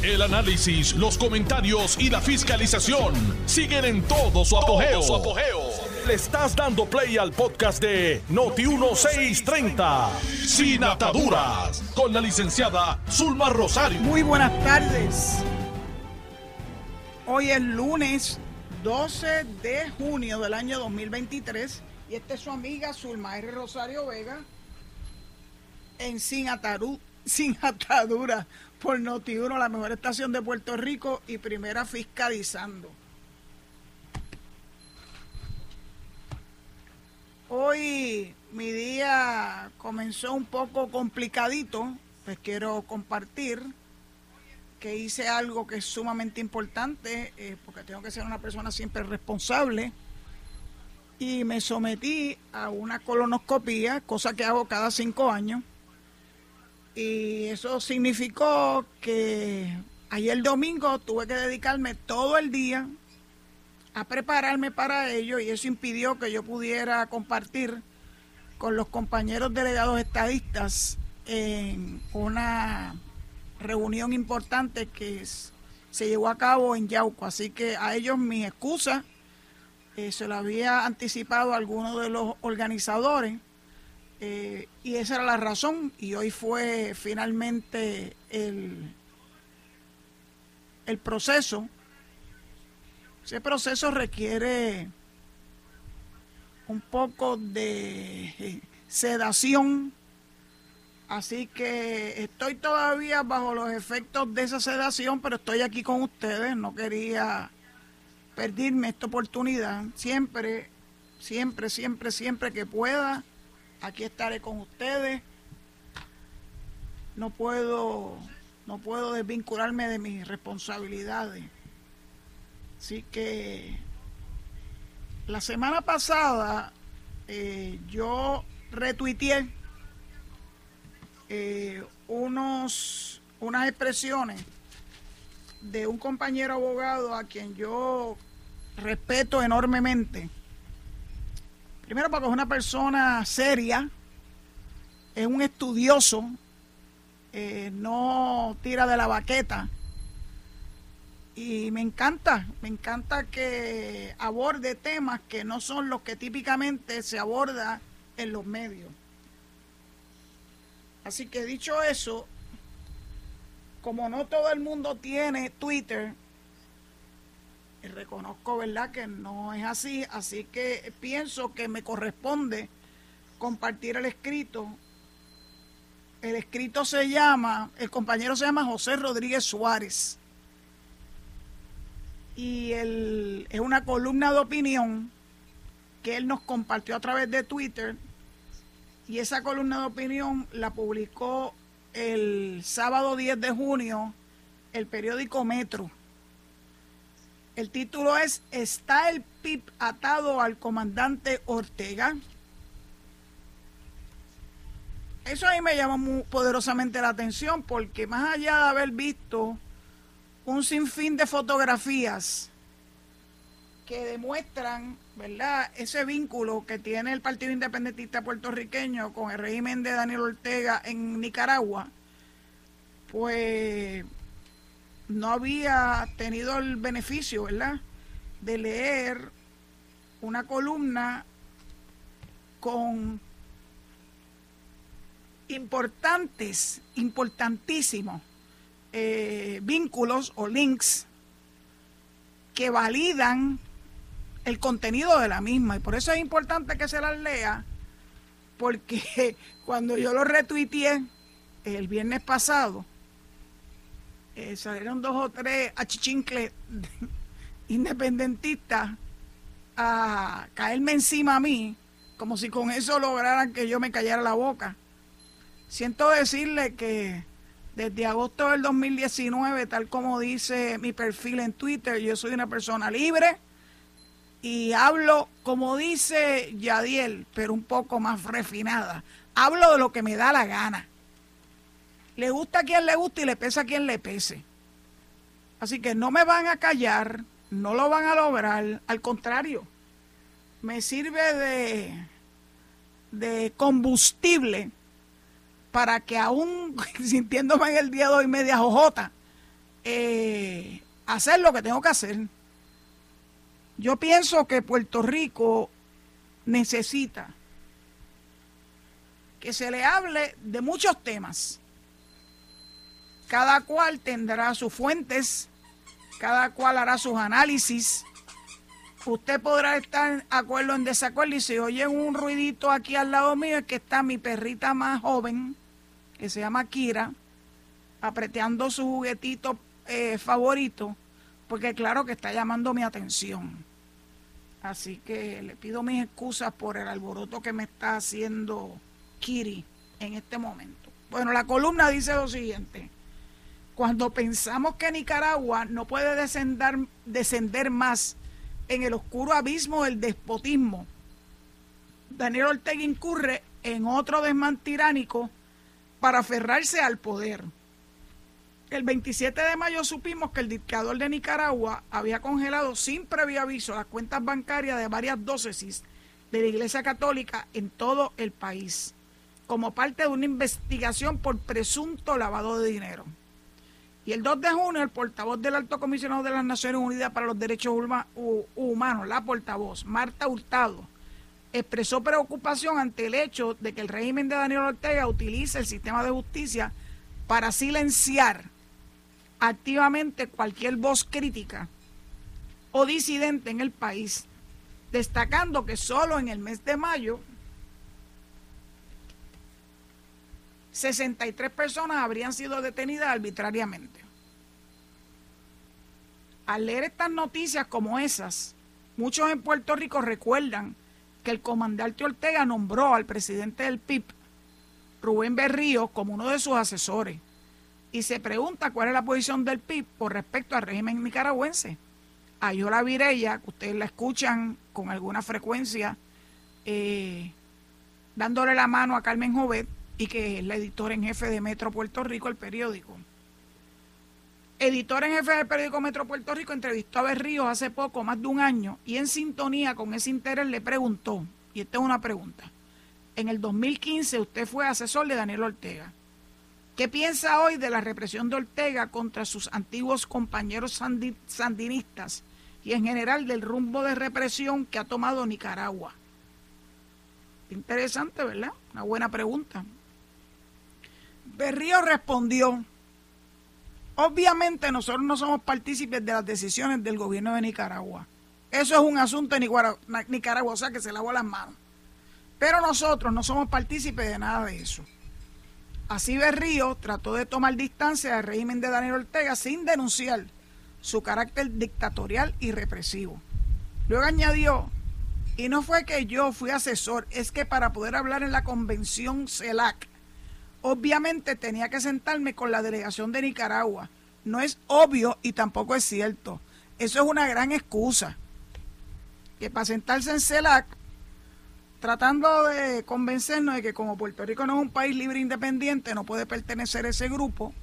El análisis, los comentarios y la fiscalización siguen en todo su apogeo. Le estás dando play al podcast de Noti1630, Sin Ataduras, con la licenciada Zulma Rosario. Muy buenas tardes. Hoy es lunes 12 de junio del año 2023 y esta es su amiga Zulma R. Rosario Vega en Sin Ataduras por Noti1, la mejor estación de Puerto Rico y primera fiscalizando. Hoy mi día comenzó un poco complicadito, pues quiero compartir que hice algo que es sumamente importante, porque tengo que ser una persona siempre responsable, y me sometí a una colonoscopía, cosa que hago cada 5 años, y eso significó que ayer domingo tuve que dedicarme todo el día a prepararme para ello, y eso impidió que yo pudiera compartir con los compañeros delegados estadistas en una reunión importante que se llevó a cabo en Yauco. Así que a ellos mis excusas, se lo había anticipado a algunos de los organizadores, y esa era la razón, y hoy fue finalmente el proceso. Ese proceso requiere un poco de sedación, así que estoy todavía bajo los efectos de esa sedación, pero estoy aquí con ustedes. No quería perderme esta oportunidad. Siempre que pueda, aquí estaré con ustedes. No puedo desvincularme de mis responsabilidades. Así que la semana pasada yo retuiteé unas expresiones de un compañero abogado a quien yo respeto enormemente. Primero porque es una persona seria, es un estudioso, no tira de la baqueta, y me encanta que aborde temas que no son los que típicamente se aborda en los medios. Así que dicho eso, como no todo el mundo tiene Twitter, y reconozco, ¿verdad?, que no es así, así que pienso que me corresponde compartir el escrito. El escrito el compañero se llama José Rodríguez Suárez, y es una columna de opinión que él nos compartió a través de Twitter, y esa columna de opinión la publicó el sábado 10 de junio el periódico Metro. El título es ¿Está el PIB atado al comandante Ortega? Eso a mí me llama muy poderosamente la atención, porque más allá de haber visto un sinfín de fotografías que demuestran, ¿verdad?, ese vínculo que tiene el Partido Independentista puertorriqueño con el régimen de Daniel Ortega en Nicaragua, pues no había tenido el beneficio, ¿verdad?, de leer una columna con importantísimos vínculos o links que validan el contenido de la misma, y por eso es importante que se las lea, porque cuando yo lo retuiteé el viernes pasado, salieron 2 o 3 achichincles independentistas a caerme encima a mí, como si con eso lograran que yo me callara la boca. Siento decirle que desde agosto del 2019, tal como dice mi perfil en Twitter, yo soy una persona libre y hablo, como dice Yadiel, pero un poco más refinada. Hablo de lo que me da la gana. Le gusta a quien le gusta y le pesa a quien le pese. Así que no me van a callar, no lo van a lograr. Al contrario, me sirve de combustible para que aún sintiéndome en el día de hoy media jojota, hacer lo que tengo que hacer. Yo pienso que Puerto Rico necesita que se le hable de muchos temas. Cada cual tendrá sus fuentes, cada cual hará sus análisis. Usted podrá estar de acuerdo o en desacuerdo, y si oyen un ruidito aquí al lado mío es que está mi perrita más joven, que se llama Kira, apreteando su juguetito favorito, porque claro que está llamando mi atención. Así que le pido mis excusas por el alboroto que me está haciendo Kiri en este momento. Bueno, la columna dice lo siguiente: cuando pensamos que Nicaragua no puede descender más en el oscuro abismo del despotismo, Daniel Ortega incurre en otro desmán tiránico para aferrarse al poder. El 27 de mayo supimos que el dictador de Nicaragua había congelado sin previo aviso las cuentas bancarias de varias diócesis de la Iglesia Católica en todo el país, como parte de una investigación por presunto lavado de dinero. Y el 2 de junio, el portavoz del Alto Comisionado de las Naciones Unidas para los Derechos Humanos, la portavoz, Marta Hurtado, expresó preocupación ante el hecho de que el régimen de Daniel Ortega utilice el sistema de justicia para silenciar activamente cualquier voz crítica o disidente en el país, destacando que solo en el mes de mayo 63 personas habrían sido detenidas arbitrariamente. Al leer estas noticias como esas, muchos en Puerto Rico recuerdan que el comandante Ortega nombró al presidente del PIB, Rubén Berrío, como uno de sus asesores, y se pregunta cuál es la posición del PIB con respecto al régimen nicaragüense. Ayola Virella, que ustedes la escuchan con alguna frecuencia, dándole la mano a Carmen Jovet, y que es la editora en jefe de Metro Puerto Rico, el periódico. Editor en jefe del periódico Metro Puerto Rico entrevistó a Berrío hace poco, más de un año, y en sintonía con ese interés le preguntó, y esta es una pregunta: en el 2015 usted fue asesor de Daniel Ortega. ¿Qué piensa hoy de la represión de Ortega contra sus antiguos compañeros sandinistas y en general del rumbo de represión que ha tomado Nicaragua? Interesante, ¿verdad? Una buena pregunta. Berrío respondió: obviamente nosotros no somos partícipes de las decisiones del gobierno de Nicaragua. Eso es un asunto de Nicaragua, o sea que se lavó las manos. Pero nosotros no somos partícipes de nada de eso. Así Berrío trató de tomar distancia del régimen de Daniel Ortega sin denunciar su carácter dictatorial y represivo. Luego añadió: y no fue que yo fui asesor, es que para poder hablar en la convención CELAC, obviamente tenía que sentarme con la delegación de Nicaragua. No es obvio y tampoco es cierto. Eso es una gran excusa. Que para sentarse en CELAC, tratando de convencernos de que como Puerto Rico no es un país libre e independiente, no puede pertenecer a ese grupo,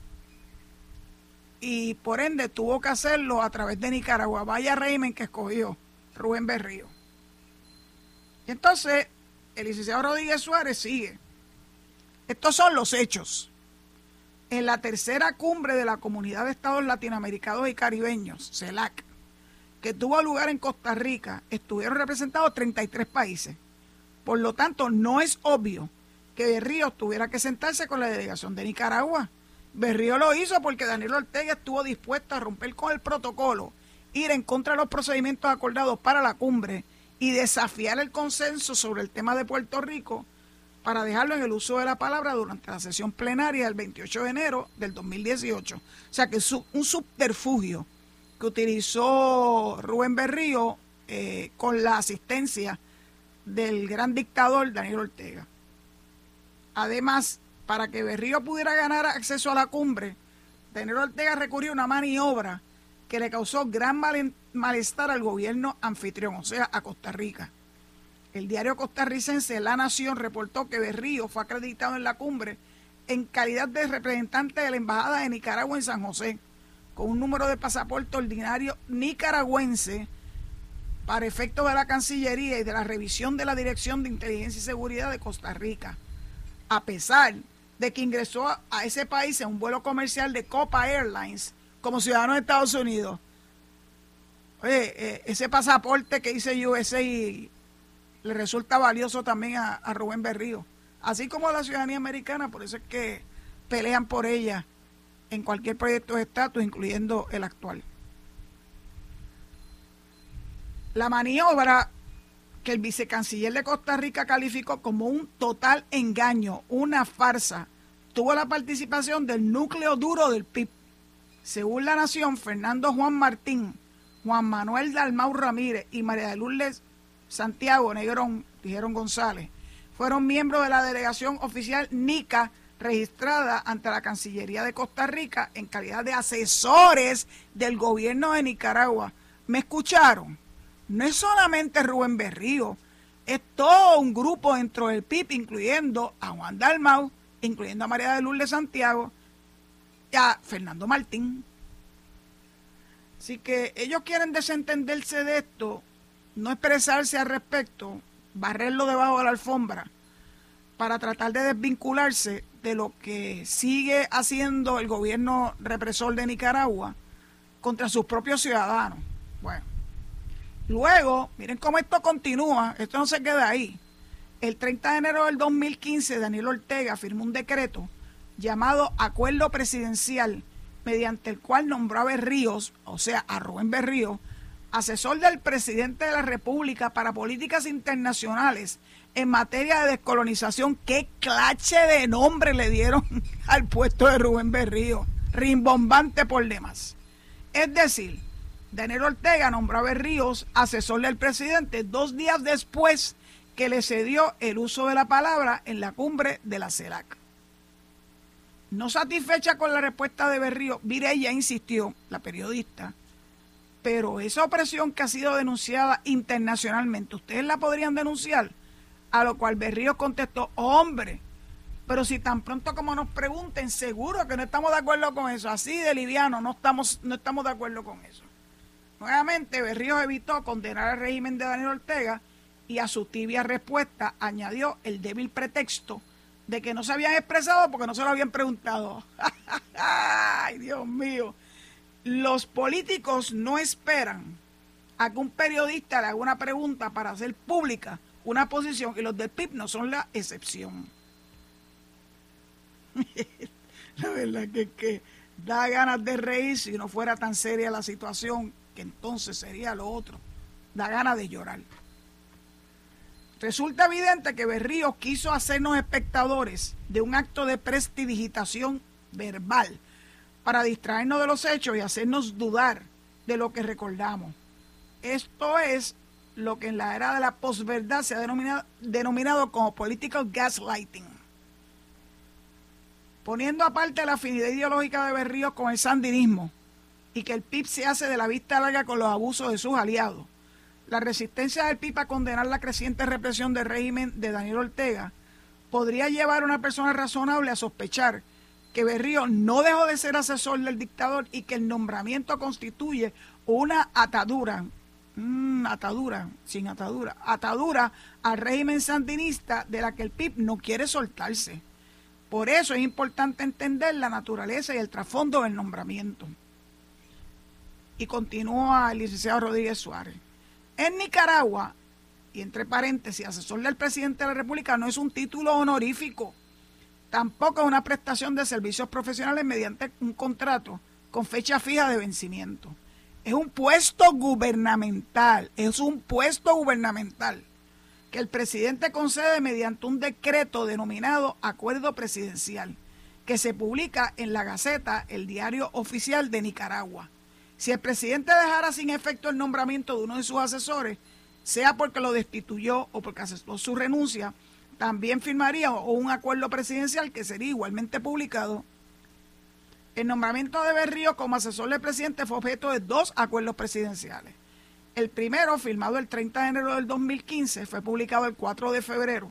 y por ende tuvo que hacerlo a través de Nicaragua. Vaya régimen que escogió Rubén Berrío. Y entonces el licenciado Rodríguez Suárez sigue: estos son los hechos. En la tercera cumbre de la Comunidad de Estados Latinoamericanos y Caribeños, CELAC, que tuvo lugar en Costa Rica, estuvieron representados 33 países. Por lo tanto, no es obvio que Berrío tuviera que sentarse con la delegación de Nicaragua. Berrío lo hizo porque Daniel Ortega estuvo dispuesto a romper con el protocolo, ir en contra de los procedimientos acordados para la cumbre y desafiar el consenso sobre el tema de Puerto Rico para dejarlo en el uso de la palabra durante la sesión plenaria del 28 de enero del 2018. O sea que es un subterfugio que utilizó Rubén Berrío con la asistencia del gran dictador Daniel Ortega. Además, para que Berrío pudiera ganar acceso a la cumbre, Daniel Ortega recurrió a una maniobra que le causó gran malestar al gobierno anfitrión, o sea, a Costa Rica. El diario costarricense La Nación reportó que Berrío fue acreditado en la cumbre en calidad de representante de la Embajada de Nicaragua en San José, con un número de pasaporte ordinario nicaragüense para efectos de la Cancillería y de la revisión de la Dirección de Inteligencia y Seguridad de Costa Rica, a pesar de que ingresó a ese país en un vuelo comercial de Copa Airlines como ciudadano de Estados Unidos. Oye, ese pasaporte que dice USA le resulta valioso también a Rubén Berrío, así como a la ciudadanía americana. Por eso es que pelean por ella en cualquier proyecto de estatus, incluyendo el actual. La maniobra que el vicecanciller de Costa Rica calificó como un total engaño, una farsa, tuvo la participación del núcleo duro del PIB. Según La Nación, Fernando Juan Martín, Juan Manuel Dalmau Ramírez y María de Lourdes Santiago Negrón, dijeron González, fueron miembros de la delegación oficial NICA registrada ante la Cancillería de Costa Rica en calidad de asesores del gobierno de Nicaragua. ¿Me escucharon? No es solamente Rubén Berrío, es todo un grupo dentro del PIB, incluyendo a Juan Dalmau, incluyendo a María de Lourdes Santiago y a Fernando Martín. Así que ellos quieren desentenderse de esto, no expresarse al respecto, barrerlo debajo de la alfombra, para tratar de desvincularse de lo que sigue haciendo el gobierno represor de Nicaragua contra sus propios ciudadanos. Bueno, luego, miren cómo esto continúa, esto no se queda ahí. El 30 de enero del 2015, Daniel Ortega firmó un decreto llamado Acuerdo Presidencial, mediante el cual nombró a Berríos, o sea, a Rubén Berrío, asesor del presidente de la República para políticas internacionales en materia de descolonización. ¿Qué clase de nombre le dieron al puesto de Rubén Berrío? Rimbombante por demás. Es decir, Daniel Ortega nombró a Berríos asesor del presidente 2 días después que le cedió el uso de la palabra en la cumbre de la CELAC. No satisfecha con la respuesta de Berrío, Mireya insistió, la periodista, pero esa opresión que ha sido denunciada internacionalmente, ¿ustedes la podrían denunciar? A lo cual Berrío contestó, hombre, pero si tan pronto como nos pregunten, seguro que no estamos de acuerdo con eso, así de liviano, no estamos de acuerdo con eso. Nuevamente, Berrío evitó condenar al régimen de Daniel Ortega y a su tibia respuesta añadió el débil pretexto de que no se habían expresado porque no se lo habían preguntado. ¡Ay, Dios mío! Los políticos no esperan a que un periodista le haga una pregunta para hacer pública una posición, y los del PIB no son la excepción. La verdad que da ganas de reír si no fuera tan seria la situación, que entonces sería lo otro. Da ganas de llorar. Resulta evidente que Berrío quiso hacernos espectadores de un acto de prestidigitación verbal para distraernos de los hechos y hacernos dudar de lo que recordamos. Esto es lo que en la era de la posverdad se ha denominado como political gaslighting. Poniendo aparte la afinidad ideológica de Berrío con el sandinismo y que el PIB se hace de la vista larga con los abusos de sus aliados, la resistencia del PIB a condenar la creciente represión del régimen de Daniel Ortega podría llevar a una persona razonable a sospechar que Berrío no dejó de ser asesor del dictador y que el nombramiento constituye una atadura al régimen sandinista de la que el PIB no quiere soltarse. Por eso es importante entender la naturaleza y el trasfondo del nombramiento. Y continúa el licenciado Rodríguez Suárez. En Nicaragua, y entre paréntesis, asesor del presidente de la República no es un título honorífico, tampoco es una prestación de servicios profesionales mediante un contrato con fecha fija de vencimiento. Es un puesto gubernamental, que el presidente concede mediante un decreto denominado Acuerdo Presidencial, que se publica en la Gaceta, el diario oficial de Nicaragua. Si el presidente dejara sin efecto el nombramiento de uno de sus asesores, sea porque lo destituyó o porque aceptó su renuncia, también firmaría un acuerdo presidencial que sería igualmente publicado. El nombramiento de Berrío como asesor del presidente fue objeto de 2 acuerdos presidenciales. El primero, firmado el 30 de enero del 2015, fue publicado el 4 de febrero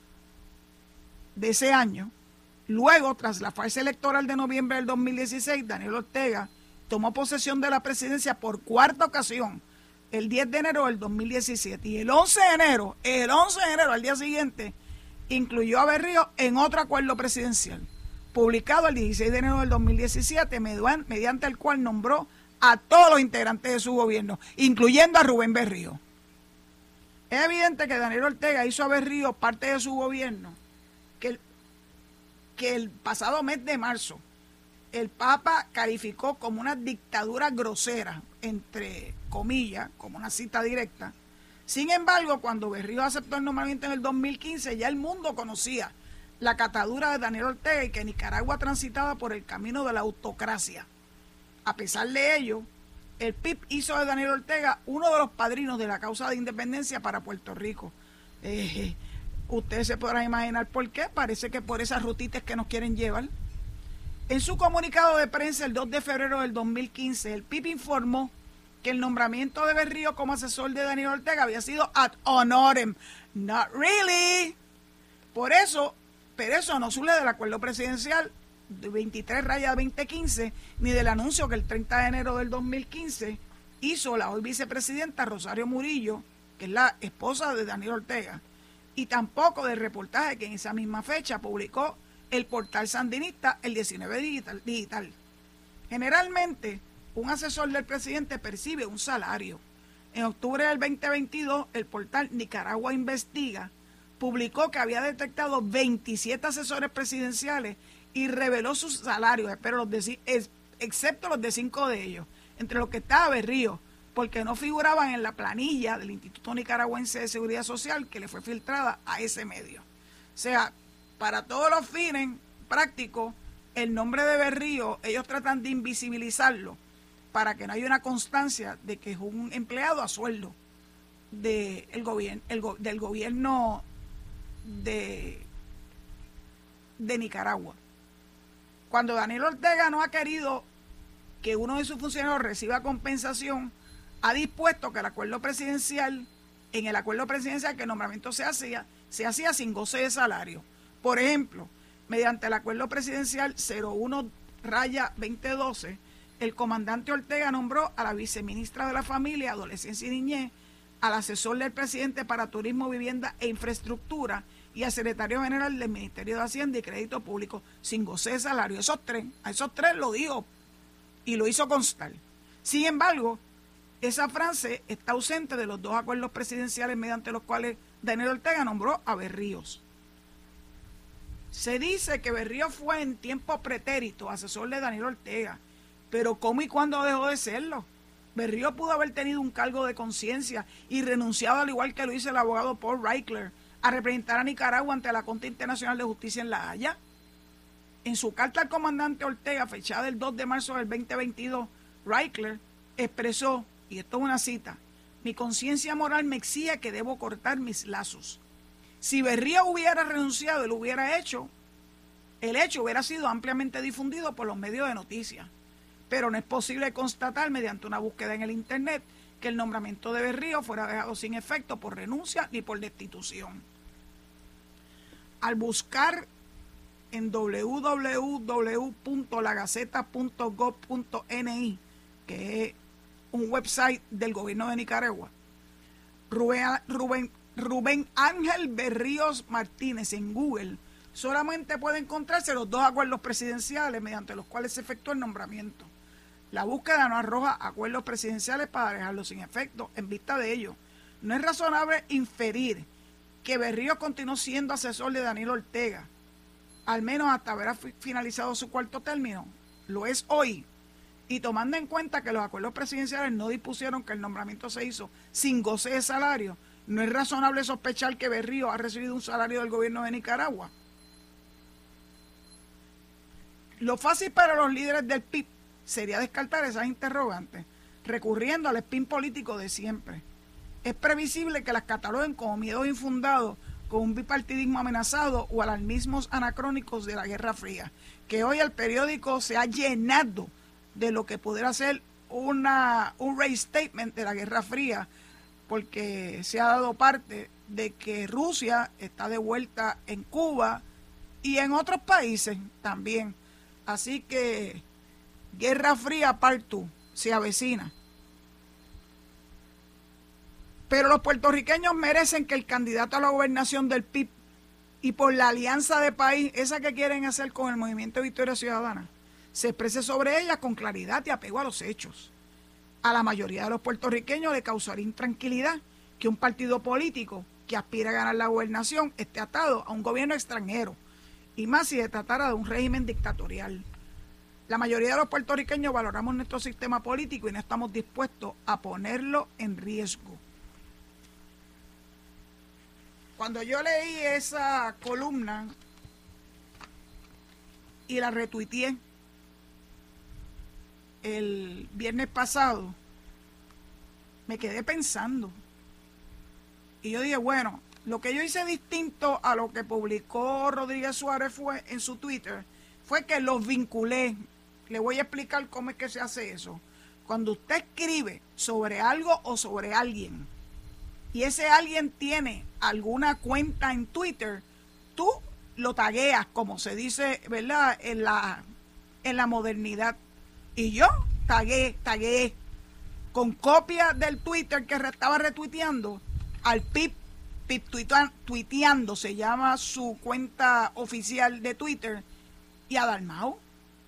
de ese año. Luego, tras la farsa electoral de noviembre del 2016, Daniel Ortega tomó posesión de la presidencia por 4ª ocasión, el 10 de enero del 2017. Y el 11 de enero, al día siguiente, incluyó a Berrío en otro acuerdo presidencial. publicado el 16 de enero del 2017, mediante el cual nombró a todos los integrantes de su gobierno, incluyendo a Rubén Berrío. Es evidente que Daniel Ortega hizo a Berrío parte de su gobierno, que el pasado mes de marzo el Papa calificó como una dictadura grosera, entre comillas, como una cita directa. Sin embargo, cuando Berrío aceptó el nombramiento en el 2015, ya el mundo conocía la catadura de Daniel Ortega y que Nicaragua transitaba por el camino de la autocracia. A pesar de ello, el PIB hizo de Daniel Ortega uno de los padrinos de la causa de independencia para Puerto Rico. Ustedes se podrán imaginar por qué. Parece que por esas rutitas que nos quieren llevar. En su comunicado de prensa el 2 de febrero del 2015, el PIB informó que el nombramiento de Berrío como asesor de Daniel Ortega había sido ad honorem. Not really. Pero eso no surge del acuerdo presidencial 23/2015, ni del anuncio que el 30 de enero del 2015 hizo la hoy vicepresidenta Rosario Murillo, que es la esposa de Daniel Ortega, y tampoco del reportaje que en esa misma fecha publicó el portal sandinista El 19 Digital. Generalmente, un asesor del presidente percibe un salario. En octubre del 2022, el portal Nicaragua Investiga publicó que había detectado 27 asesores presidenciales y reveló sus salarios, excepto los de 5 de ellos, entre los que estaba Berrío, porque no figuraban en la planilla del Instituto Nicaragüense de Seguridad Social que le fue filtrada a ese medio. O sea, para todos los fines prácticos, el nombre de Berrío, ellos tratan de invisibilizarlo para que no haya una constancia de que es un empleado a sueldo del gobierno de Nicaragua. Cuando Daniel Ortega no ha querido que uno de sus funcionarios reciba compensación, ha dispuesto que en el acuerdo presidencial que el nombramiento se hacía sin goce de salario. Por ejemplo, mediante el acuerdo presidencial 01/2012, el comandante Ortega nombró a la viceministra de la Familia, Adolescencia y Niñez, al asesor del presidente para Turismo, Vivienda e Infraestructura y al secretario general del Ministerio de Hacienda y Crédito Público sin goce de salario. A esos tres lo dijo y lo hizo constar. Sin embargo, esa frase está ausente de los dos acuerdos presidenciales mediante los cuales Daniel Ortega nombró a Berríos. Se dice que Berrío fue en tiempo pretérito asesor de Daniel Ortega, pero ¿cómo y cuándo dejó de serlo? Berrío pudo haber tenido un cargo de conciencia y renunciado, al igual que lo hizo el abogado Paul Reichler, a representar a Nicaragua ante la Corte Internacional de Justicia en La Haya. En su carta al comandante Ortega, fechada el 2 de marzo del 2022, Reichler expresó, y esto es una cita: mi conciencia moral me exige que debo cortar mis lazos. Si Berrío hubiera renunciado, el hecho hubiera sido ampliamente difundido por los medios de noticias. Pero no es posible constatar mediante una búsqueda en el Internet que el nombramiento de Berrío fuera dejado sin efecto por renuncia ni por destitución. Al buscar en www.lagaceta.gov.ni, que es un website del gobierno de Nicaragua, Rubén Ángel Berríos Martínez en Google, solamente puede encontrarse los dos acuerdos presidenciales mediante los cuales se efectuó el nombramiento. La búsqueda no arroja acuerdos presidenciales para dejarlos sin efecto. En vista de ello, no es razonable inferir que Berríos continuó siendo asesor de Daniel Ortega, al menos hasta haber finalizado su cuarto término. Lo es hoy. Y tomando en cuenta que los acuerdos presidenciales no dispusieron que el nombramiento se hizo sin goce de salario, no es razonable sospechar que Berrío ha recibido un salario del gobierno de Nicaragua. Lo fácil para los líderes del PIB sería descartar esas interrogantes, recurriendo al spin político de siempre. Es previsible que las cataloguen como miedos infundados, con un bipartidismo amenazado o alarmismos anacrónicos de la Guerra Fría, que hoy el periódico se ha llenado de lo que pudiera ser un restatement de la Guerra Fría, porque se ha dado parte de que Rusia está de vuelta en Cuba y en otros países también. Así que Guerra Fría Part 2 se avecina. Pero los puertorriqueños merecen que el candidato a la gobernación del PIB y por la alianza de país, esa que quieren hacer con el Movimiento Victoria Ciudadana, se exprese sobre ella con claridad y apego a los hechos. A la mayoría de los puertorriqueños le causaría intranquilidad que un partido político que aspira a ganar la gobernación esté atado a un gobierno extranjero, y más si se tratara de un régimen dictatorial. La mayoría de los puertorriqueños valoramos nuestro sistema político y no estamos dispuestos a ponerlo en riesgo. Cuando yo leí esa columna y la retuiteé el viernes pasado, me quedé pensando. Y yo dije, bueno, lo que yo hice distinto a lo que publicó Rodríguez Suárez fue en su Twitter, fue que los vinculé. Le voy a explicar cómo es que se hace eso. Cuando usted escribe sobre algo o sobre alguien, y ese alguien tiene alguna cuenta en Twitter, tú lo tagueas, como se dice, ¿verdad?, en la modernidad. Y yo tagueé con copia del Twitter que estaba retuiteando al Pip tuiteando, se llama su cuenta oficial de Twitter, y a Dalmau,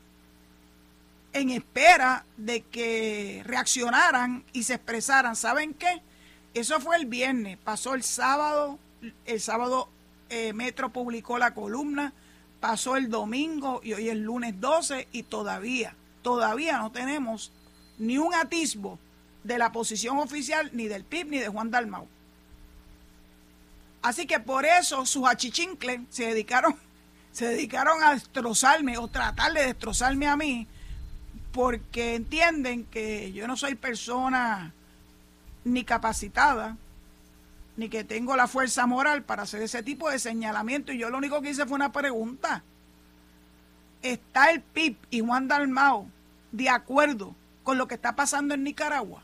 en espera de que reaccionaran y se expresaran. ¿Saben qué? Eso fue el viernes, pasó el sábado Metro publicó la columna, pasó el domingo y hoy es el lunes 12 y todavía no tenemos ni un atisbo de la posición oficial ni del PIB ni de Juan Dalmau. Así que por eso sus achichincles se dedicaron a destrozarme o tratar de destrozarme a mí, porque entienden que yo no soy persona ni capacitada, ni que tengo la fuerza moral para hacer ese tipo de señalamiento. Y yo lo único que hice fue una pregunta. ¿Está el PIB y Juan Dalmau de acuerdo con lo que está pasando en Nicaragua?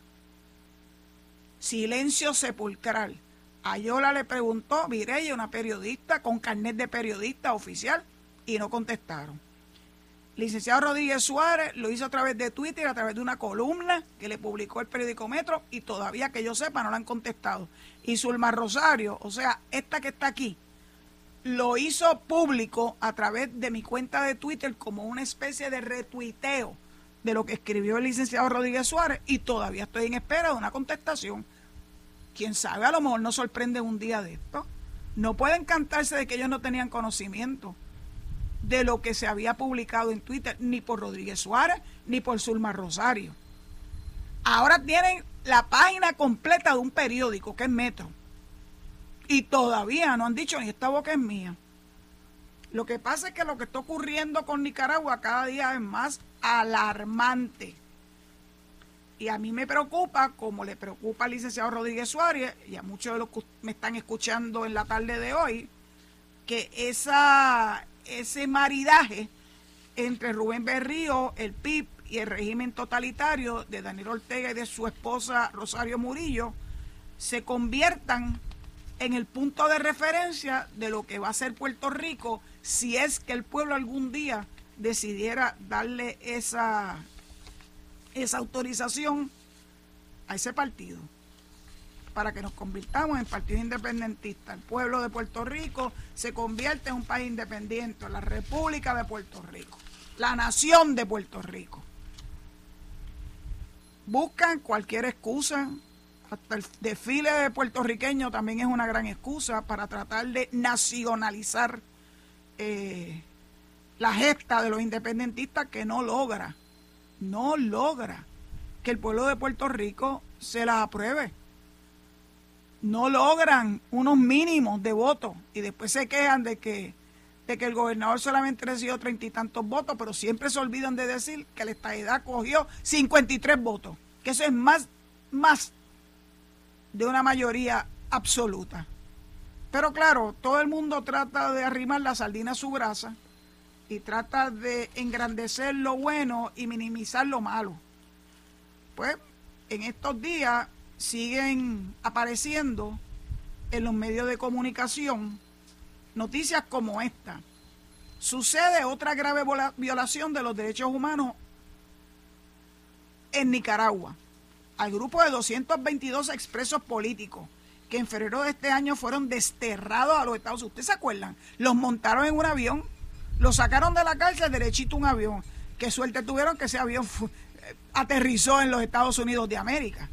Silencio sepulcral. Ayola le preguntó, Mireya, una periodista con carnet de periodista oficial, y no contestaron. Licenciado Rodríguez Suárez lo hizo a través de Twitter, a través de una columna que le publicó el periódico Metro, y todavía que yo sepa no la han contestado. Y Zulma Rosario, o sea, esta que está aquí, lo hizo público a través de mi cuenta de Twitter como una especie de retuiteo de lo que escribió el licenciado Rodríguez Suárez, y todavía estoy en espera de una contestación. Quién sabe, a lo mejor nos sorprende un día de esto. No pueden cantarse de que ellos no tenían conocimiento de lo que se había publicado en Twitter, ni por Rodríguez Suárez, ni por Zulma Rosario. Ahora tienen la página completa de un periódico, que es Metro, y todavía no han dicho ni esta boca es mía. Lo que pasa es que lo que está ocurriendo con Nicaragua cada día es más alarmante. Y a mí me preocupa, como le preocupa al licenciado Rodríguez Suárez, y a muchos de los que me están escuchando en la tarde de hoy, que ese maridaje entre Rubén Berrío, el PIB y el régimen totalitario de Daniel Ortega y de su esposa Rosario Murillo se conviertan en el punto de referencia de lo que va a ser Puerto Rico, si es que el pueblo algún día decidiera darle esa autorización a ese partido, para que nos convirtamos en partido independentista. El pueblo de Puerto Rico se convierte en un país independiente, la República de Puerto Rico, la nación de Puerto Rico. Buscan cualquier excusa, hasta el desfile de puertorriqueño también es una gran excusa para tratar de nacionalizar la gesta de los independentistas, que no logra que el pueblo de Puerto Rico se la apruebe. No logran unos mínimos de votos y después se quejan de que el gobernador solamente recibió 30 y tantos votos, pero siempre se olvidan de decir que la estadidad cogió 53 votos, que eso es más de una mayoría absoluta. Pero claro, todo el mundo trata de arrimar la sardina a su brasa y trata de engrandecer lo bueno y minimizar lo malo. Pues en estos días siguen apareciendo en los medios de comunicación noticias como esta. Sucede otra grave violación de los derechos humanos en Nicaragua. Al grupo de 222 expresos políticos que en febrero de este año fueron desterrados a los Estados Unidos. ¿Ustedes se acuerdan? Los montaron en un avión, los sacaron de la cárcel derechito a un avión. Qué suerte tuvieron que ese avión aterrizó en los Estados Unidos de América.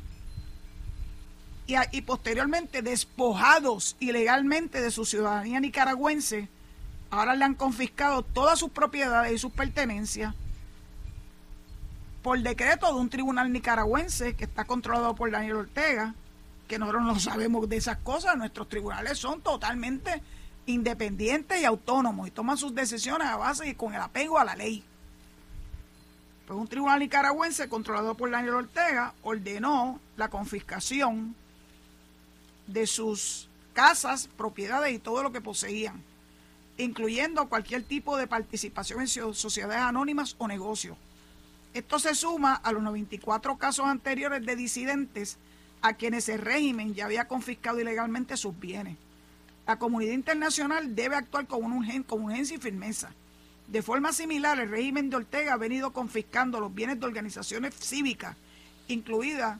Y posteriormente, despojados ilegalmente de su ciudadanía nicaragüense, ahora le han confiscado todas sus propiedades y sus pertenencias por decreto de un tribunal nicaragüense que está controlado por Daniel Ortega, que nosotros no sabemos de esas cosas. Nuestros tribunales son totalmente independientes y autónomos y toman sus decisiones a base y con el apego a la ley. Pues un tribunal nicaragüense controlado por Daniel Ortega ordenó la confiscación de sus casas, propiedades y todo lo que poseían, incluyendo cualquier tipo de participación en sociedades anónimas o negocios. Esto se suma a los 94 casos anteriores de disidentes a quienes el régimen ya había confiscado ilegalmente sus bienes. La comunidad internacional debe actuar con urgencia y firmeza. De forma similar, el régimen de Ortega ha venido confiscando los bienes de organizaciones cívicas, incluidas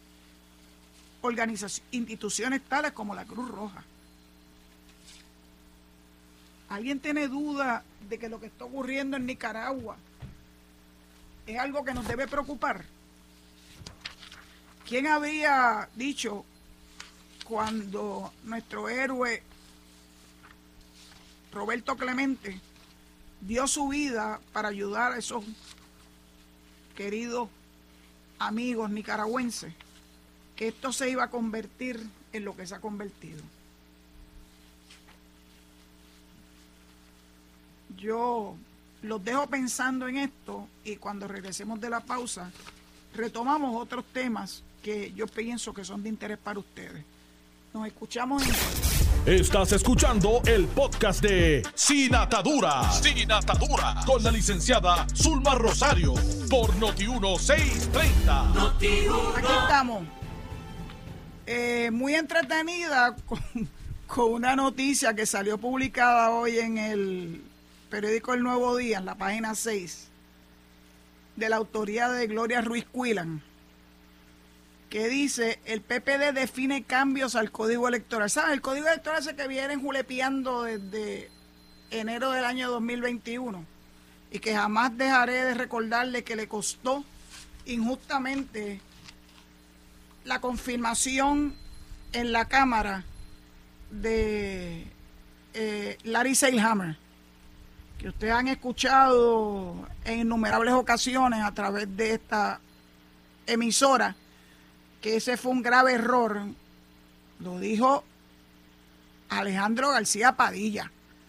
instituciones tales como la Cruz Roja. ¿Alguien tiene duda de que lo que está ocurriendo en Nicaragua es algo que nos debe preocupar? ¿Quién habría dicho cuando nuestro héroe Roberto Clemente dio su vida para ayudar a esos queridos amigos nicaragüenses, que esto se iba a convertir en lo que se ha convertido? Yo los dejo pensando en esto y cuando regresemos de la pausa retomamos otros temas que yo pienso que son de interés para ustedes. Nos escuchamos en... Estás escuchando el podcast de Sin Ataduras. Sin Ataduras. Con la licenciada Zulma Rosario. Por Noti1 630. Noti1. Aquí estamos. Muy entretenida con una noticia que salió publicada hoy en el periódico El Nuevo Día, en la página 6, de la autoría de Gloria Ruiz Cuilan, que dice: el PPD define cambios al Código Electoral. ¿Saben? El Código Electoral ese que vienen julepeando desde enero del año 2021 y que jamás dejaré de recordarle que le costó injustamente la confirmación en la Cámara de Larry Selhammer, que ustedes han escuchado en innumerables ocasiones a través de esta emisora, que ese fue un grave error. Lo dijo Alejandro García Padilla.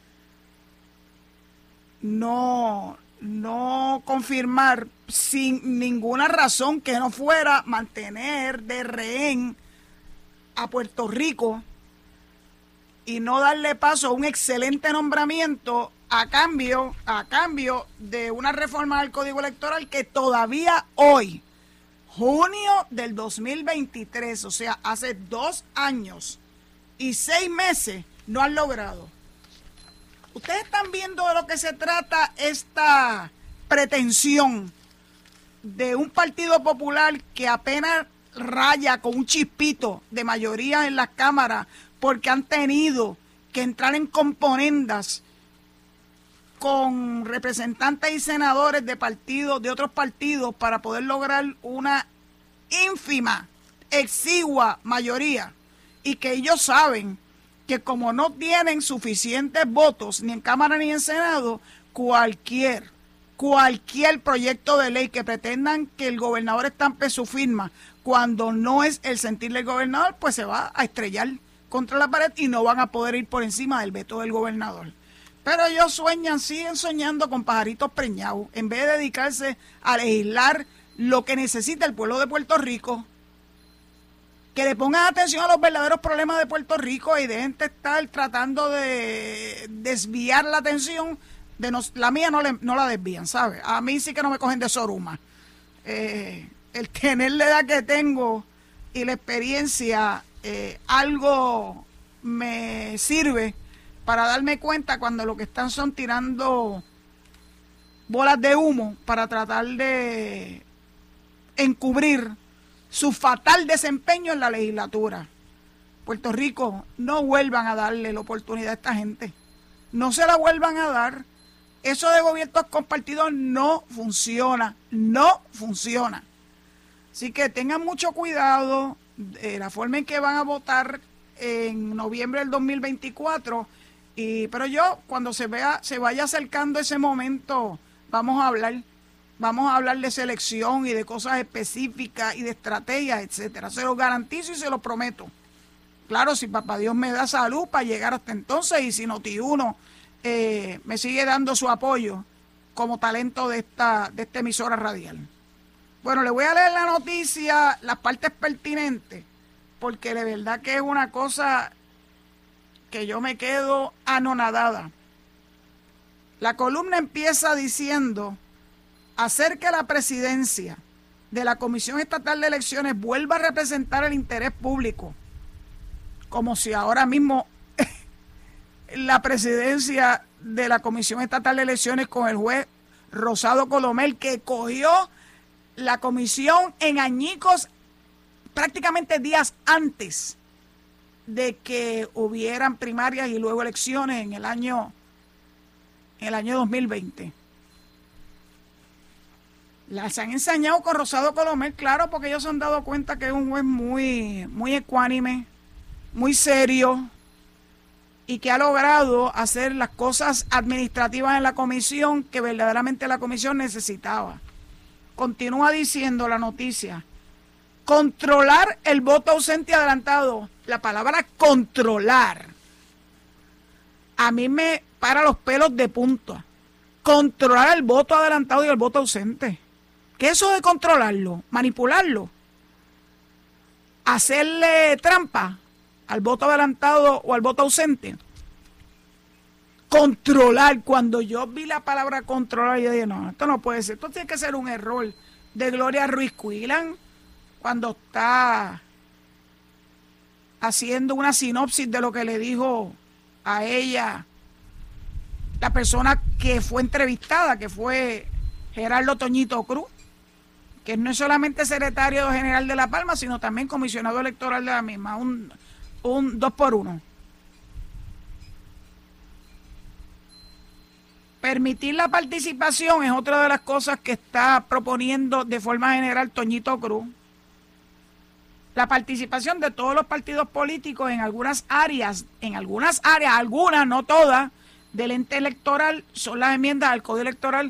No confirmar sin ninguna razón que no fuera mantener de rehén a Puerto Rico y no darle paso a un excelente nombramiento a cambio de una reforma del Código Electoral que todavía hoy, junio del 2023, o sea, hace 2 años y 6 meses, no han logrado. Ustedes están viendo de lo que se trata esta pretensión de un Partido Popular que apenas raya con un chispito de mayoría en las cámaras porque han tenido que entrar en componendas con representantes y senadores de partidos, de otros partidos, para poder lograr una ínfima, exigua mayoría, y que ellos saben que como no tienen suficientes votos ni en Cámara ni en Senado, cualquier proyecto de ley que pretendan que el gobernador estampe su firma cuando no es el sentir del gobernador, pues se va a estrellar contra la pared y no van a poder ir por encima del veto del gobernador. Pero ellos siguen soñando con pajaritos preñados, en vez de dedicarse a legislar lo que necesita el pueblo de Puerto Rico. Que le pongan atención a los verdaderos problemas de Puerto Rico y dejen de estar tratando de desviar la atención. La mía no la desvían, ¿sabes? A mí sí que no me cogen de soruma. El tener la edad que tengo y la experiencia, algo me sirve para darme cuenta cuando lo que están son tirando bolas de humo para tratar de encubrir su fatal desempeño en la legislatura. Puerto Rico, no vuelvan a darle la oportunidad a esta gente. No se la vuelvan a dar. Eso de gobiernos compartidos no funciona. No funciona. Así que tengan mucho cuidado de la forma en que van a votar en noviembre del 2024. Pero yo, cuando se vaya acercando ese momento, vamos a hablar de selección y de cosas específicas y de estrategias, etcétera. Se lo garantizo y se lo prometo. Claro, si papá Dios me da salud para llegar hasta entonces, y si Noti1 me sigue dando su apoyo como talento de esta emisora radial. Bueno, le voy a leer la noticia, las partes pertinentes, porque de verdad que es una cosa que yo me quedo anonadada. La columna empieza diciendo: hacer que la presidencia de la Comisión Estatal de Elecciones vuelva a representar el interés público, como si ahora mismo la presidencia de la Comisión Estatal de Elecciones con el juez Rosado Colomel, que cogió la comisión en añicos prácticamente días antes de que hubieran primarias y luego elecciones en el año 2020. Las han ensañado con Rosado Colomel, claro, porque ellos se han dado cuenta que es un juez muy ecuánime, muy serio, y que ha logrado hacer las cosas administrativas en la comisión que verdaderamente la comisión necesitaba. Continúa diciendo la noticia: controlar el voto ausente y adelantado. La palabra controlar a mí me para los pelos de punta. Controlar el voto adelantado y el voto ausente. ¿Qué es eso de controlarlo? Manipularlo. Hacerle trampa al voto adelantado o al voto ausente. Controlar. Cuando yo vi la palabra controlar, yo dije, no, esto no puede ser. Esto tiene que ser un error de Gloria Ruiz Cuilán, cuando está haciendo una sinopsis de lo que le dijo a ella la persona que fue entrevistada, que fue Gerardo Toñito Cruz, que no es solamente secretario general de La Palma, sino también comisionado electoral de la misma, un 2x1. Permitir la participación es otra de las cosas que está proponiendo de forma general Toñito Cruz. La participación de todos los partidos políticos en algunas áreas, algunas, no todas, del ente electoral, son las enmiendas al Código Electoral.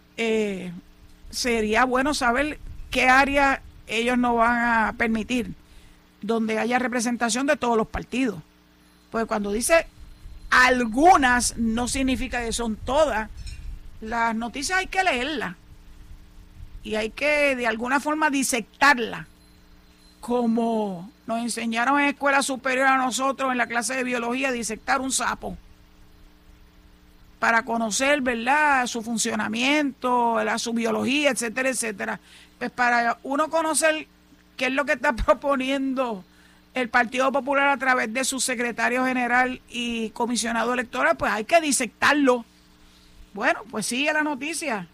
Sería bueno saber qué área ellos no van a permitir, donde haya representación de todos los partidos. Pues cuando dice algunas, no significa que son todas. Las noticias hay que leerlas y hay que de alguna forma disectarlas, como nos enseñaron en escuela superior a nosotros en la clase de biología, disectar un sapo, para conocer, ¿verdad?, su funcionamiento, su biología, etcétera, etcétera. Pues para uno conocer qué es lo que está proponiendo el Partido Popular a través de su secretario general y comisionado electoral, pues hay que disectarlo. Bueno, pues sigue la noticia.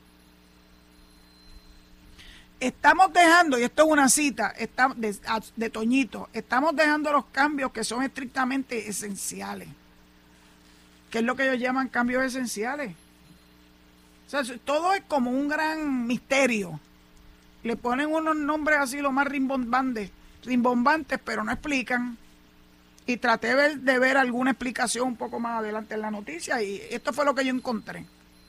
Estamos dejando, y esto es una cita de Toñito, estamos dejando los cambios que son estrictamente esenciales. ¿Qué es lo que ellos llaman cambios esenciales? O sea, todo es como un gran misterio. Le ponen unos nombres así lo más rimbombantes, pero no explican. Y traté de ver alguna explicación un poco más adelante en la noticia, y esto fue lo que yo encontré.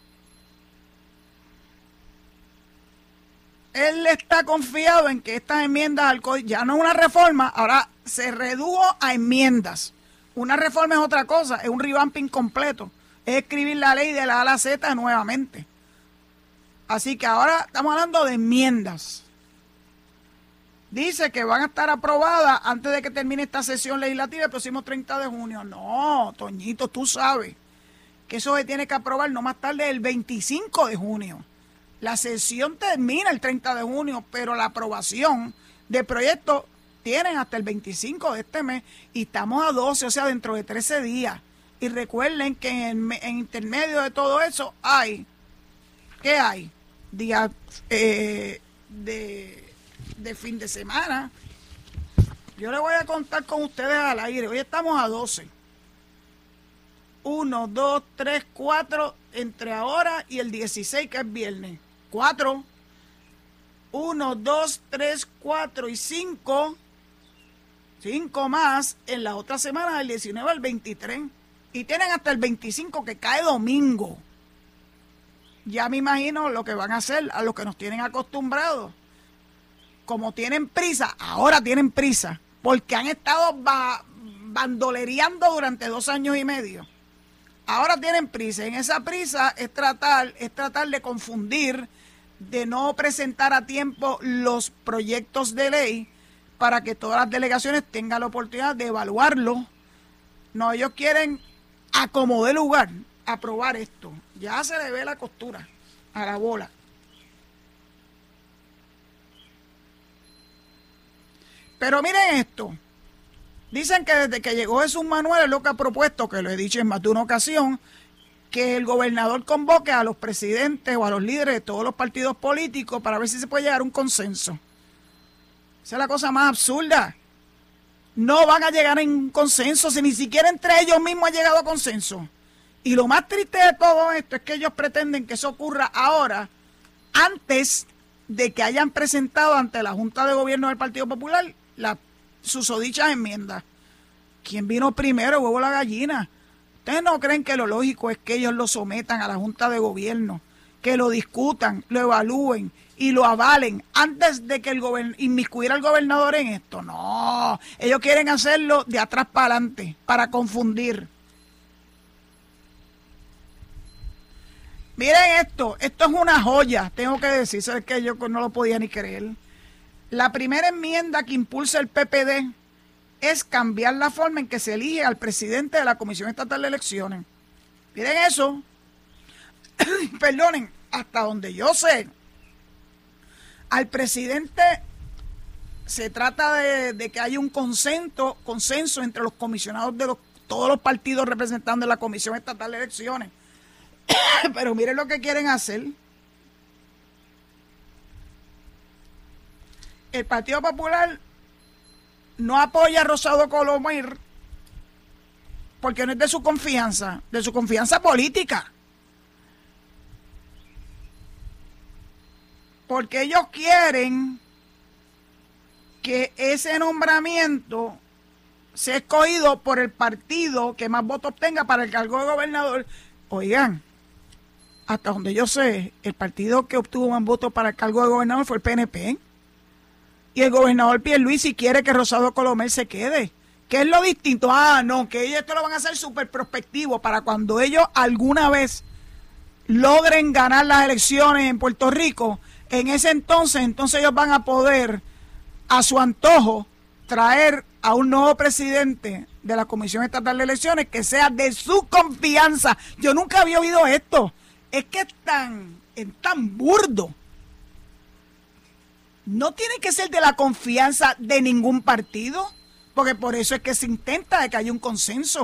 Él está confiado en que estas enmiendas al código, ya no es una reforma, ahora se redujo a enmiendas. Una reforma es otra cosa, es un revamping completo, es escribir la ley de la A a la Z nuevamente. Así que ahora estamos hablando de enmiendas. Dice que van a estar aprobadas antes de que termine esta sesión legislativa el próximo 30 de junio. No, Toñito, tú sabes que eso se tiene que aprobar no más tarde del 25 de junio. La sesión termina el 30 de junio, pero la aprobación de proyectos tienen hasta el 25 de este mes y estamos a 12, o sea, dentro de 13 días. Y recuerden que en intermedio de todo eso ¿qué hay? Días de fin de semana, Yo le voy a contar con ustedes al aire. Hoy estamos a 12. 1, 2, 3, 4, entre ahora y el 16, que es viernes. 4. 1, 2, 3, 4 y 5. 5 más en la otra semana, del 19 al 23. Y tienen hasta el 25, que cae domingo. Ya me imagino lo que van a hacer a los que nos tienen acostumbrados. Como tienen prisa, ahora tienen prisa, porque han estado bandolereando durante 2 años y medio. Ahora tienen prisa. En esa prisa es tratar de confundir, de no presentar a tiempo los proyectos de ley para que todas las delegaciones tengan la oportunidad de evaluarlo. No, ellos quieren acomodar lugar, aprobar esto. Ya se le ve la costura a la bola. Pero miren esto. Dicen que desde que llegó Jesús Manuel es lo que ha propuesto, que lo he dicho en más de una ocasión, que el gobernador convoque a los presidentes o a los líderes de todos los partidos políticos para ver si se puede llegar a un consenso. Esa es la cosa más absurda. No van a llegar en un consenso si ni siquiera entre ellos mismos han llegado a consenso. Y lo más triste de todo esto es que ellos pretenden que eso ocurra ahora, antes de que hayan presentado ante la Junta de Gobierno del Partido Popular las susodichas enmiendas. ¿Quién vino primero, el huevo o la gallina? ¿Ustedes no creen que lo lógico es que ellos lo sometan a la Junta de Gobierno, que lo discutan, lo evalúen y lo avalen antes de que inmiscuir al gobernador en esto? No, ellos quieren hacerlo de atrás para adelante, para confundir. Miren esto es una joya, tengo que decir, ¿sabes qué? Yo no lo podía ni creer. La primera enmienda que impulsa el PPD es cambiar la forma en que se elige al presidente de la Comisión Estatal de Elecciones. Miren eso. Perdonen, hasta donde yo sé, al presidente se trata de que haya un consenso entre los comisionados de todos los partidos representando la Comisión Estatal de Elecciones. Pero miren lo que quieren hacer. El Partido Popular no apoya a Rosado Colomel porque no es de su confianza política. Porque ellos quieren que ese nombramiento sea escogido por el partido que más votos obtenga para el cargo de gobernador. Oigan, hasta donde yo sé, el partido que obtuvo más votos para el cargo de gobernador fue el PNP. Y el gobernador Pierluisi quiere que Rosado Colomel se quede. ¿Qué es lo distinto? Ah, no, que ellos esto lo van a hacer súper prospectivo para cuando ellos alguna vez logren ganar las elecciones en Puerto Rico. En ese entonces ellos van a poder, a su antojo, traer a un nuevo presidente de la Comisión Estatal de Elecciones que sea de su confianza. Yo nunca había oído esto. Es que es tan burdo. No tiene que ser de la confianza de ningún partido, porque por eso es que se intenta de que haya un consenso.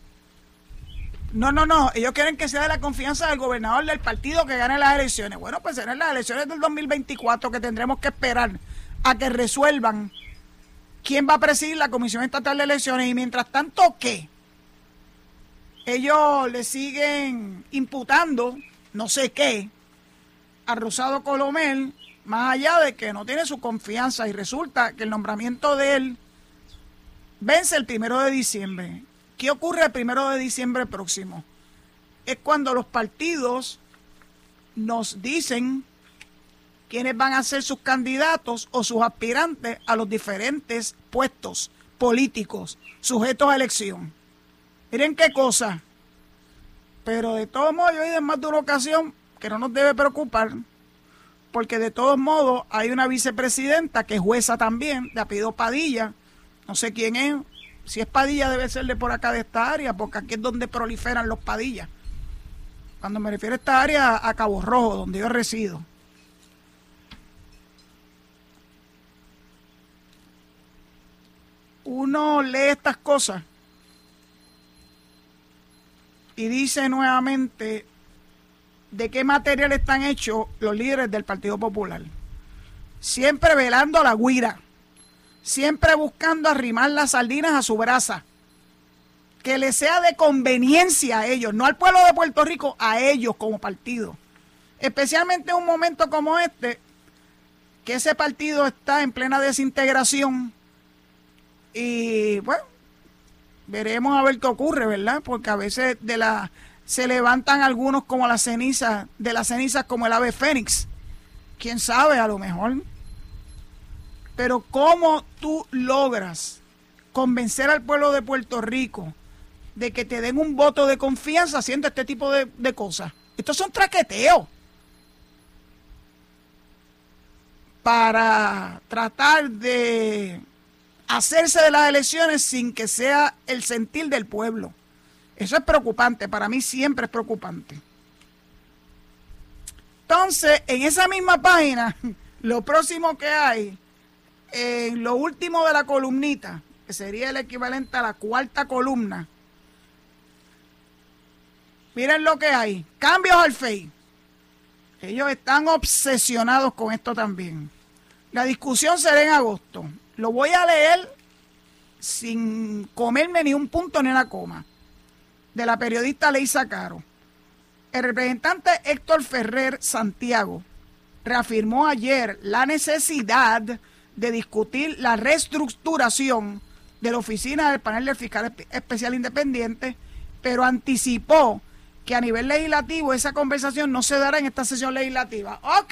No, ellos quieren que sea de la confianza del gobernador del partido que gane las elecciones. Bueno, pues serán las elecciones del 2024 que tendremos que esperar a que resuelvan quién va a presidir la Comisión Estatal de Elecciones. Y mientras tanto, ¿qué? Ellos le siguen imputando no sé qué a Rosado Colomel, más allá de que no tiene su confianza, y resulta que el nombramiento de él vence el 1 de diciembre. ¿Qué ocurre el 1 de diciembre próximo? Es cuando los partidos nos dicen quiénes van a ser sus candidatos o sus aspirantes a los diferentes puestos políticos sujetos a elección. Miren qué cosa. Pero de todos modos, yo he oído en más de una ocasión que no nos debe preocupar, porque de todos modos hay una vicepresidenta que es jueza también, de apellido Padilla. No sé quién es. Si es Padilla debe ser de por acá de esta área, porque aquí es donde proliferan los Padillas. Cuando me refiero a esta área, a Cabo Rojo, donde yo resido. Uno lee estas cosas y dice nuevamente de qué material están hechos los líderes del Partido Popular. Siempre velando a la guira, siempre buscando arrimar las sardinas a su brasa, que le sea de conveniencia a ellos, no al pueblo de Puerto Rico, a ellos como partido. Especialmente en un momento como este, que ese partido está en plena desintegración y bueno, veremos a ver qué ocurre, ¿verdad? Porque a veces se levantan algunos como las cenizas, de las cenizas como el ave fénix. ¿Quién sabe? A lo mejor. Pero ¿cómo tú logras convencer al pueblo de Puerto Rico de que te den un voto de confianza haciendo este tipo de cosas? Estos son traqueteos para tratar de hacerse de las elecciones sin que sea el sentir del pueblo. Eso es preocupante, para mí siempre es preocupante. Entonces, en esa misma página, lo próximo que hay, en lo último de la columnita, que sería el equivalente a la cuarta columna, miren lo que hay, cambios al FEI. Ellos están obsesionados con esto también. La discusión será en agosto. Lo voy a leer sin comerme ni un punto ni una coma, de la periodista Leisa Caro. El representante Héctor Ferrer Santiago reafirmó ayer la necesidad de discutir la reestructuración de la oficina del panel del fiscal especial independiente, pero anticipó que a nivel legislativo esa conversación no se dará en esta sesión legislativa. Ok.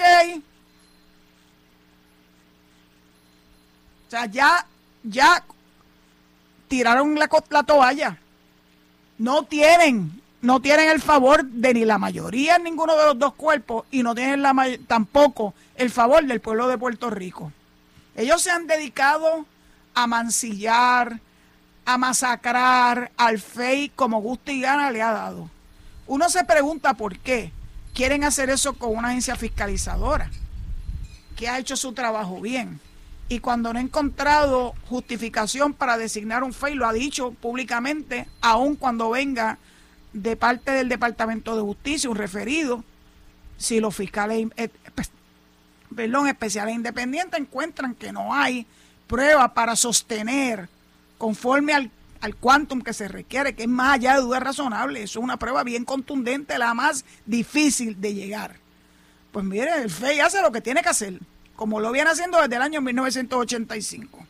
O sea, ya tiraron la toalla. No tienen el favor de ni la mayoría en ninguno de los dos cuerpos y no tienen tampoco el favor del pueblo de Puerto Rico. Ellos se han dedicado a mancillar, a masacrar al FEI como gusto y gana le ha dado. Uno se pregunta por qué quieren hacer eso con una agencia fiscalizadora que ha hecho su trabajo bien. Y cuando no ha encontrado justificación para designar un FEI, lo ha dicho públicamente, aun cuando venga de parte del Departamento de Justicia un referido, si los fiscales especiales independientes encuentran que no hay prueba para sostener conforme al quantum que se requiere, que es más allá de dudas razonables. Eso es una prueba bien contundente, la más difícil de llegar. Pues mire, el FEI hace lo que tiene que hacer, como lo viene haciendo desde el año 1985.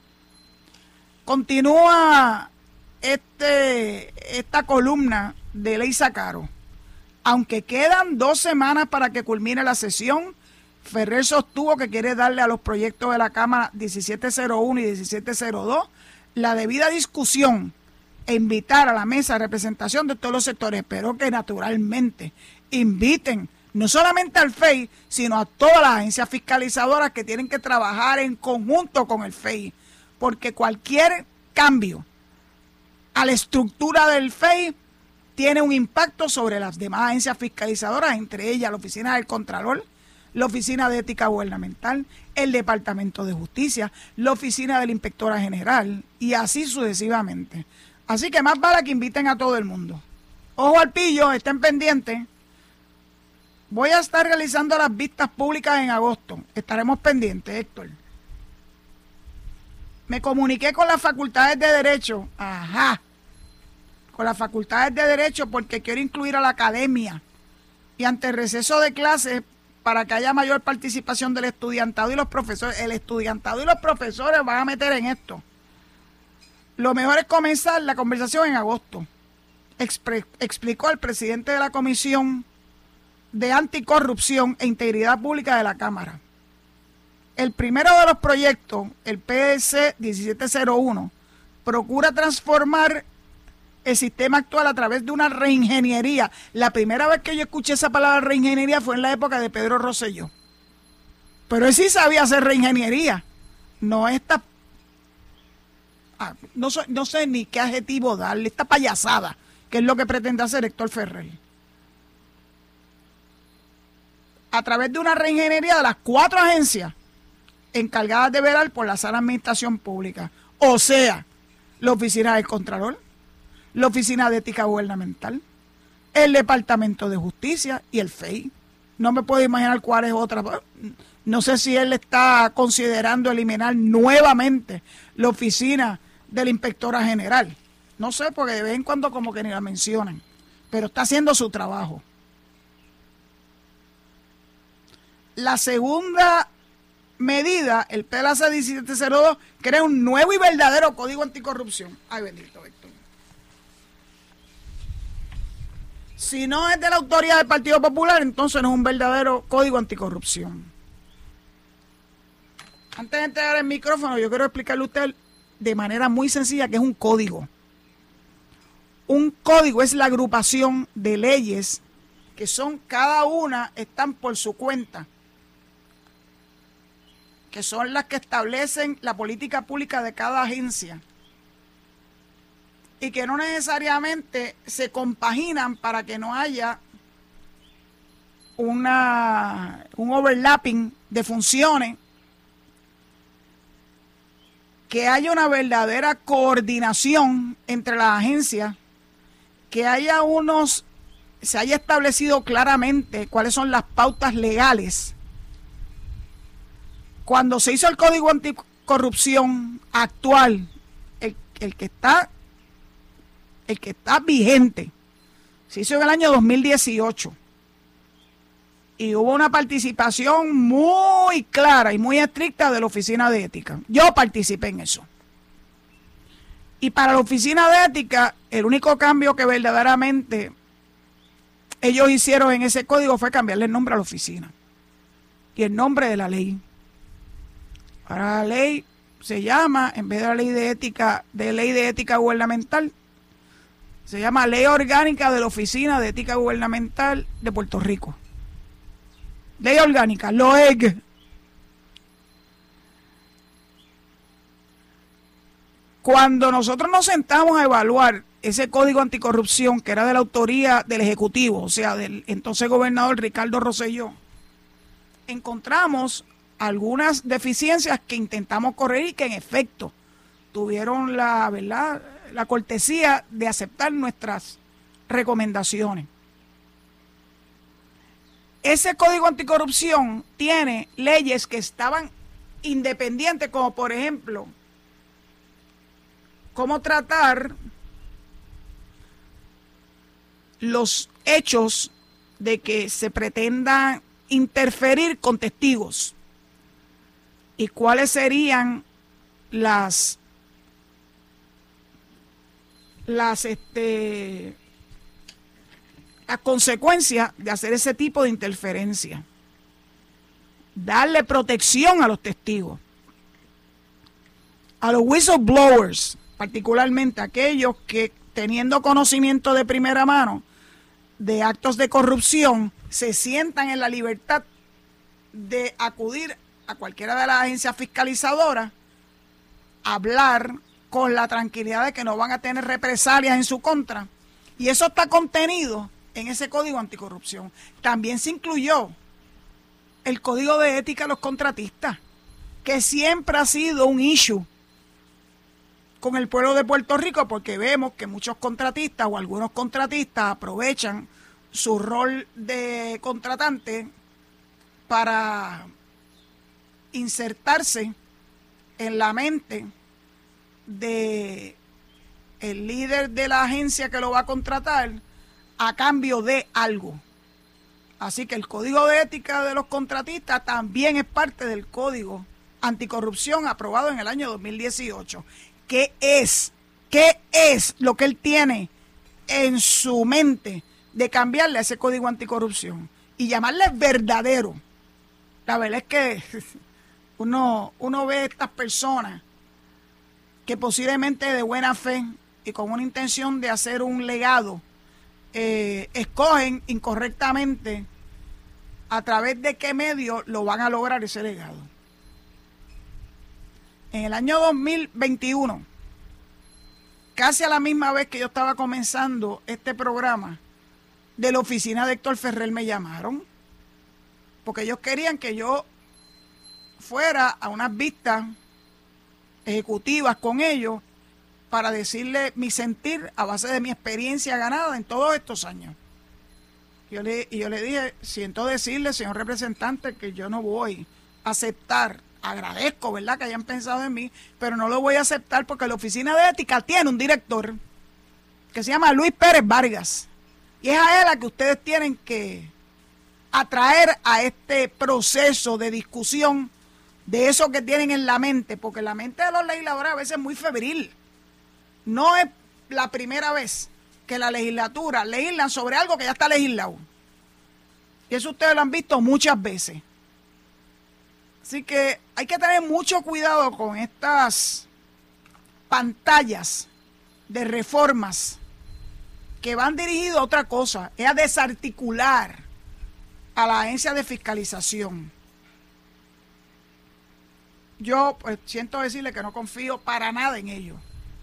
Continúa esta columna de Leisa Caro. Aunque quedan 2 semanas para que culmine la sesión, Ferrer sostuvo que quiere darle a los proyectos de la Cámara 1701 y 1702 la debida discusión e invitar a la mesa de representación de todos los sectores. Espero que naturalmente inviten no solamente al FEI, sino a todas las agencias fiscalizadoras que tienen que trabajar en conjunto con el FEI, porque cualquier cambio a la estructura del FEI tiene un impacto sobre las demás agencias fiscalizadoras, entre ellas la Oficina del Contralor, la Oficina de Ética Gubernamental, el Departamento de Justicia, la Oficina de la Inspectora General y así sucesivamente. Así que más vale que inviten a todo el mundo. Ojo al pillo, estén pendientes. Voy a estar realizando las vistas públicas en agosto. Estaremos pendientes, Héctor. Me comuniqué con las facultades de Derecho. Con las facultades de Derecho porque quiero incluir a la academia. Y ante el receso de clases, para que haya mayor participación del estudiantado y los profesores. El estudiantado y los profesores van a meter en esto. Lo mejor es comenzar la conversación en agosto. Explicó el presidente de la Comisión de Anticorrupción e Integridad Pública de la Cámara. El primero de los proyectos, el PDC 1701, procura transformar el sistema actual a través de una reingeniería. La primera vez que yo escuché esa palabra reingeniería fue en la época de Pedro Rosselló. Pero él sí sabía hacer reingeniería. No esta... no sé ni qué adjetivo darle, esta payasada, que es lo que pretende hacer Héctor Ferrer. A través de una reingeniería de las 4 agencias encargadas de velar por la sana administración pública. O sea, la Oficina del Contralor, la Oficina de Ética Gubernamental, el Departamento de Justicia y el FEI. No me puedo imaginar cuál es otra. No sé si él está considerando eliminar nuevamente la oficina de la inspectora general. No sé, porque de vez en cuando como que ni la mencionan. Pero está haciendo su trabajo. La segunda medida, el PLAC 1702, crea un nuevo y verdadero código anticorrupción. Ay, bendito Héctor. Si no es de la autoridad del Partido Popular, entonces no es un verdadero código anticorrupción. Antes de entregar el micrófono, yo quiero explicarle a usted de manera muy sencilla que es un código. Un código es la agrupación de leyes que son, cada una están por su cuenta, que son las que establecen la política pública de cada agencia y que no necesariamente se compaginan para que no haya un overlapping de funciones, que haya una verdadera coordinación entre las agencias, que haya se haya establecido claramente cuáles son las pautas legales. Cuando se hizo el Código Anticorrupción actual, el que está vigente, se hizo en el año 2018 y hubo una participación muy clara y muy estricta de la Oficina de Ética. Yo participé en eso. Y para la Oficina de Ética, el único cambio que verdaderamente ellos hicieron en ese código fue cambiarle el nombre a la oficina y el nombre de la ley. Ahora la ley se llama, en vez de la ley de ética gubernamental, se llama Ley Orgánica de la Oficina de Ética Gubernamental de Puerto Rico. Ley Orgánica, LOEG. Cuando nosotros nos sentamos a evaluar ese código anticorrupción, que era de la autoría del Ejecutivo, o sea, del entonces gobernador Ricardo Rosselló, encontramos algunas deficiencias que intentamos corregir y que en efecto tuvieron la cortesía de aceptar nuestras recomendaciones. Ese código anticorrupción tiene leyes que estaban independientes, como por ejemplo, cómo tratar los hechos de que se pretenda interferir con testigos y cuáles serían las consecuencias de hacer ese tipo de interferencia. Darle protección a los testigos, a los whistleblowers, particularmente aquellos que, teniendo conocimiento de primera mano de actos de corrupción, se sientan en la libertad de acudir a cualquiera de las agencias fiscalizadoras, hablar con la tranquilidad de que no van a tener represalias en su contra. Y eso está contenido en ese código anticorrupción. También se incluyó el código de ética de los contratistas, que siempre ha sido un issue con el pueblo de Puerto Rico, porque vemos que muchos contratistas o algunos contratistas aprovechan su rol de contratante para insertarse en la mente de el líder de la agencia que lo va a contratar a cambio de algo. Así que el código de ética de los contratistas también es parte del código anticorrupción aprobado en el año 2018. ¿Qué es lo que él tiene en su mente de cambiarle a ese código anticorrupción y llamarle verdadero? La verdad es que uno ve a estas personas que posiblemente de buena fe y con una intención de hacer un legado, escogen incorrectamente a través de qué medio lo van a lograr ese legado. En el año 2021, casi a la misma vez que yo estaba comenzando este programa, de la oficina de Héctor Ferrer me llamaron, porque ellos querían que yo fuera a unas vistas ejecutivas con ellos para decirle mi sentir a base de mi experiencia ganada en todos estos años. Yo le dije, siento decirle, señor representante, que yo no voy a aceptar, agradezco, ¿verdad?, que hayan pensado en mí, pero no lo voy a aceptar porque la Oficina de Ética tiene un director que se llama Luis Pérez Vargas, y es a él a que ustedes tienen que atraer a este proceso de discusión de eso que tienen en la mente, porque la mente de los legisladores a veces es muy febril. No es la primera vez que la legislatura legislan sobre algo que ya está legislado. Y eso ustedes lo han visto muchas veces. Así que hay que tener mucho cuidado con estas pantallas de reformas que van dirigidas a otra cosa, es a desarticular a la agencia de fiscalización. Yo pues siento decirle que no confío para nada en ellos.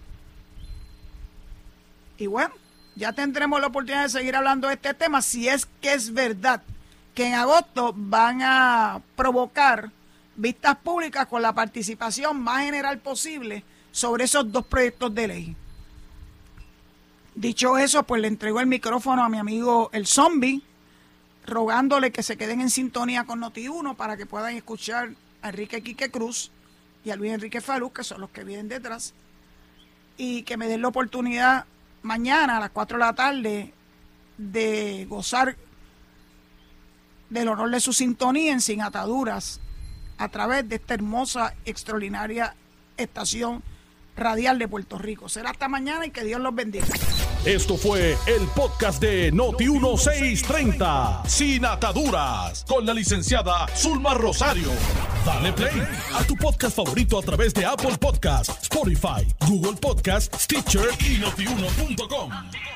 Y bueno, ya tendremos la oportunidad de seguir hablando de este tema si es que es verdad que en agosto van a provocar vistas públicas con la participación más general posible sobre esos dos proyectos de ley. Dicho eso, pues le entrego el micrófono a mi amigo el Zombie, rogándole que se queden en sintonía con Noti1 para que puedan escuchar a Enrique Quique Cruz y a Luis Enrique Falú, que son los que vienen detrás, y que me den la oportunidad mañana a las 4 de la tarde de gozar del honor de su sintonía en Sin Ataduras a través de esta hermosa, extraordinaria estación radial de Puerto Rico. Será hasta mañana y que Dios los bendiga. Esto fue el podcast de Noti1630, Sin Ataduras, con la licenciada Zulma Rosario. Dale play a tu podcast favorito a través de Apple Podcasts, Spotify, Google Podcasts, Stitcher y Notiuno.com.